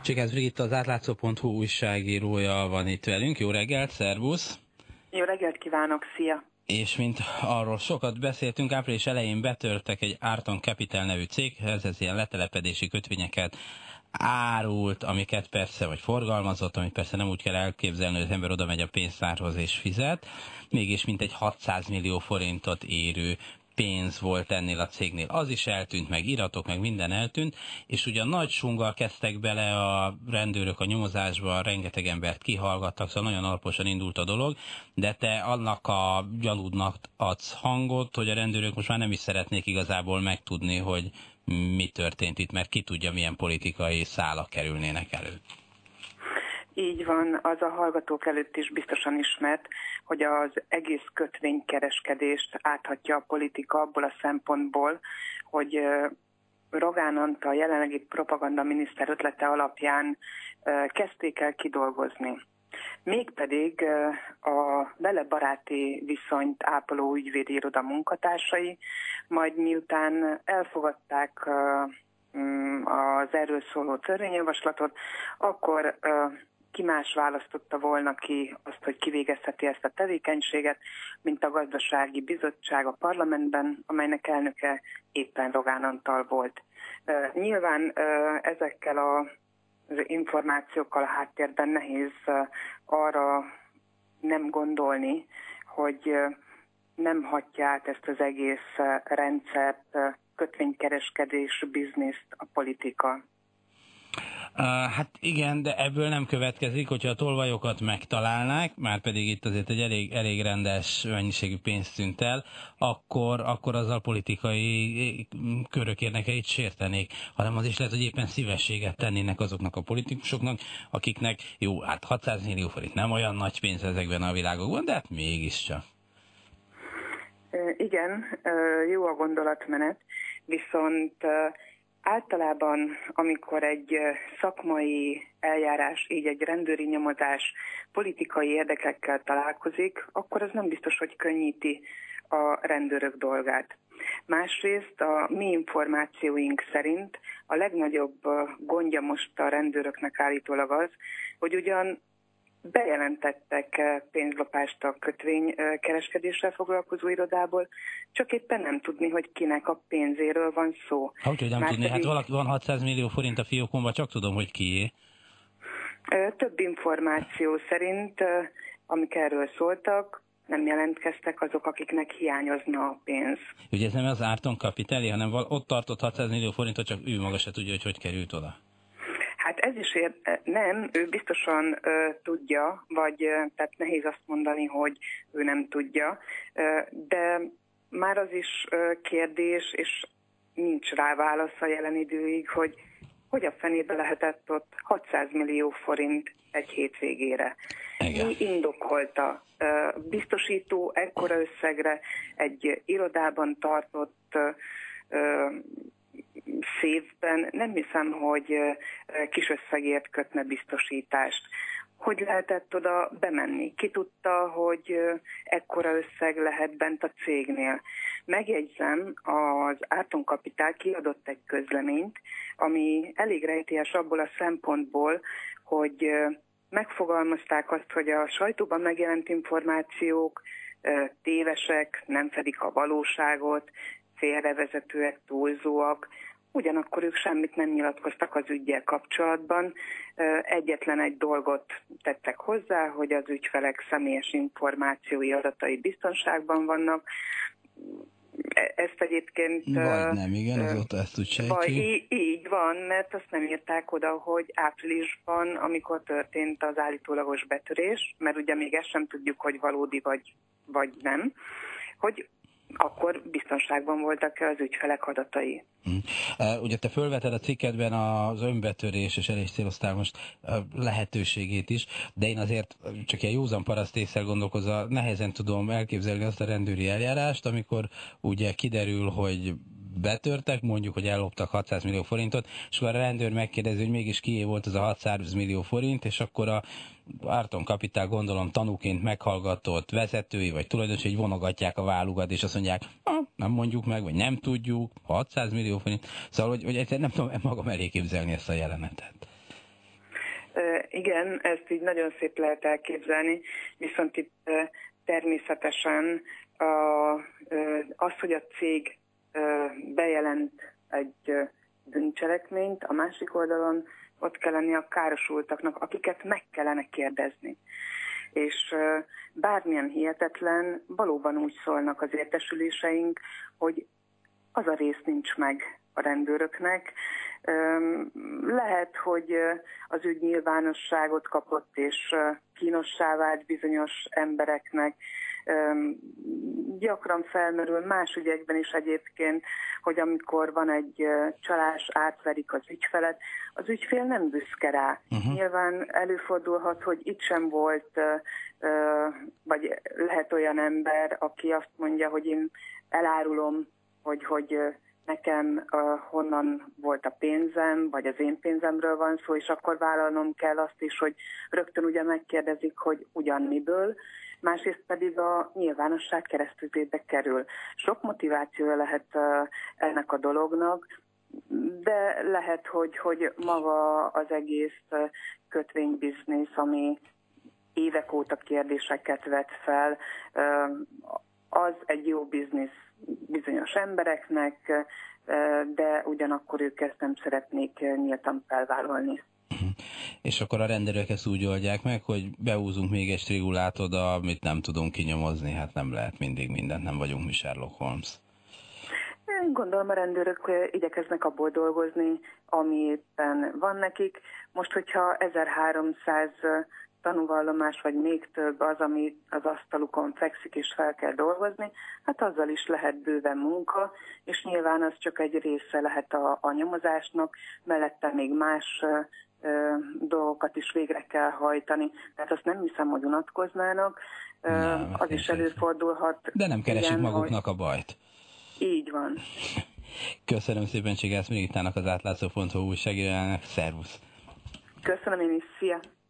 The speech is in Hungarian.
Csigász Brigitta, az átlátszó.hu újságírója van itt velünk. Jó reggelt, szervusz! Jó reggelt kívánok, szia! És mint arról sokat beszéltünk, április elején betörtek egy Arton Capital nevű céghez, ez ilyen letelepedési kötvényeket árult, amiket persze, vagy forgalmazott, amit persze nem úgy kell elképzelni, hogy az ember oda megy a pénztárhoz és fizet, mégis mintegy 600 millió forintot érő pénz volt ennél a cégnél. Az is eltűnt, meg iratok, meg minden eltűnt, és ugyan nagy sunggal kezdtek bele a rendőrök a nyomozásba, rengeteg embert kihallgattak, szóval nagyon alaposan indult a dolog, de te annak a gyanúdnak adsz hangot, hogy a rendőrök most már nem is szeretnék igazából megtudni, hogy mi történt itt, mert ki tudja, milyen politikai szálak kerülnének elő. Így van, az a hallgatók előtt is biztosan ismert, hogy az egész kötvénykereskedést áthatja a politika abból a szempontból, hogy Rogán Antal jelenlegi propagandaminiszter ötlete alapján kezdték el kidolgozni. Mégpedig a vele baráti viszonyt ápoló ügyvédi iroda munkatársai, majd miután elfogadták az erről szóló törvényjavaslatot, akkor ki más választotta volna ki azt, hogy kivégezheti ezt a tevékenységet, mint a gazdasági bizottság a parlamentben, amelynek elnöke éppen Rogán Antal volt. Nyilván ezekkel az információkkal a háttérben nehéz arra nem gondolni, hogy nem hatja át ezt az egész rendszert, kötvénykereskedés, bizniszt a politika. Hát igen, de ebből nem következik, hogyha a tolvajokat megtalálnák, már pedig itt azért egy elég rendes mennyiségű pénzt tűnt el, akkor azzal politikai körök érdekeit sértenék, hanem az is lehet, hogy éppen szívességet tennének azoknak a politikusoknak, akiknek jó, hát 600 millió forint nem olyan nagy pénz ezekben a világokban, de hát mégiscsak. Igen, jó a gondolatmenet, viszont általában, amikor egy szakmai eljárás, így egy rendőri nyomozás politikai érdekekkel találkozik, akkor az nem biztos, hogy könnyíti a rendőrök dolgát. Másrészt a mi információink szerint a legnagyobb gondja most a rendőröknek állítólag az, hogy ugyan bejelentettek pénzlopást a kötvénykereskedéssel foglalkozó irodából, csak éppen nem tudni, hogy kinek a pénzéről van szó. Hogy nem tudni? Hát valaki van 600 millió forint a fiókomban, csak tudom, hogy kié. Több információ szerint, amik erről szóltak, nem jelentkeztek azok, akiknek hiányozna a pénz. Ugye ez nem az Arton Capital, hanem ott tartott 600 millió forintot, csak ő maga se tudja, hogy került oda. Hát ez is nem, ő biztosan tudja, vagy tehát nehéz azt mondani, hogy ő nem tudja, de már az is kérdés, és nincs rá válasz a jelen időig, hogy a fenébe lehetett ott 600 millió forint egy hétvégére. Mi indokolta? Biztosító ekkora összegre egy irodában tartott széfben nem hiszem, hogy kis összegért kötne biztosítást. Hogy lehetett oda bemenni? Ki tudta, hogy ekkora összeg lehet bent a cégnél? Megjegyzem, az Arton Capital kiadott egy közleményt, ami elég rejtélyes abból a szempontból, hogy megfogalmazták azt, hogy a sajtóban megjelent információk tévesek, nem fedik a valóságot, félrevezetőek, túlzóak, ugyanakkor ők semmit nem nyilatkoztak az üggyel kapcsolatban. Egyetlen egy dolgot tettek hozzá, hogy az ügyfelek személyes információi, adatai biztonságban vannak. Ezt egyébként... Vagy nem, igen, azóta ezt úgy sejtjük. Így van, mert azt nem írták oda, hogy áprilisban, amikor történt az állítólagos betörés, mert ugye még ezt sem tudjuk, hogy valódi vagy nem, hogy akkor biztonságban voltak az ügyfelek adatai. Ugye te fölveted a cikkedben az önbetörés, és elég céloztál most lehetőségét is, de én azért csak ilyen józan paraszt ésszel gondolkozva nehezen tudom elképzelni azt a rendőri eljárást, amikor ugye kiderül, hogy betörtek, mondjuk, hogy elloptak 600 millió forintot, és akkor a rendőr megkérdezi, hogy mégis kié volt az a 600 millió forint, és akkor a Arton Capital, gondolom, tanúként meghallgatott vezetői vagy tulajdonosai vonogatják a vállukat, és azt mondják, nem mondjuk meg, vagy nem tudjuk, 600 millió forint. Szóval, hogy egyszerűen nem tudom magam elé képzelni ezt a jelenetet. Igen, ezt így nagyon szép lehet elképzelni, viszont itt természetesen az, hogy a cég bejelent egy bűncselekményt, a másik oldalon ott kell lenni a károsultaknak, akiket meg kellene kérdezni. És bármilyen hihetetlen, valóban úgy szólnak az értesüléseink, hogy az a rész nincs meg a rendőröknek. Lehet, hogy az ügy nyilvánosságot kapott, és kínossá vált bizonyos embereknek. Gyakran felmerül más ügyekben is egyébként, hogy amikor van egy csalás, átverik az ügyfelet, az ügyfél nem büszke rá. Nyilván előfordulhat, hogy itt sem volt, vagy lehet olyan ember, aki azt mondja, hogy én elárulom, hogy nekem honnan volt a pénzem, vagy az én pénzemről van szó, és akkor vállalnom kell azt is, hogy rögtön ugye megkérdezik, hogy ugyan miből, másrészt pedig a nyilvánosság keresztüzébe kerül. Sok motivációja lehet ennek a dolognak, de lehet, hogy maga az egész kötvénybiznisz, ami évek óta kérdéseket vet fel, az egy jó biznisz bizonyos embereknek, de ugyanakkor ők ezt nem szeretnék nyíltan felvállalni. És akkor a rendőrök ezt úgy oldják meg, hogy behúzunk még egy strigulát oda, amit nem tudunk kinyomozni, hát nem lehet mindig mindent, nem vagyunk mi Sherlock Holmes. Én gondolom, a rendőrök igyekeznek abból dolgozni, ami éppen van nekik. Most, hogyha 1300 tanúvallomás, vagy még több az, ami az asztalukon fekszik és fel kell dolgozni, hát azzal is lehet bőven munka, és nyilván az csak egy része lehet a nyomozásnak, mellette még más dolgokat is végre kell hajtani. Tehát azt nem hiszem, hogy unatkoznának. Nem, az is előfordulhat. De nem keresik maguknak a bajt. Így van. Köszönöm szépen Csigász Mirigitának, az átlátszó.hu újságírójának. Szervusz! Köszönöm én is. Szia!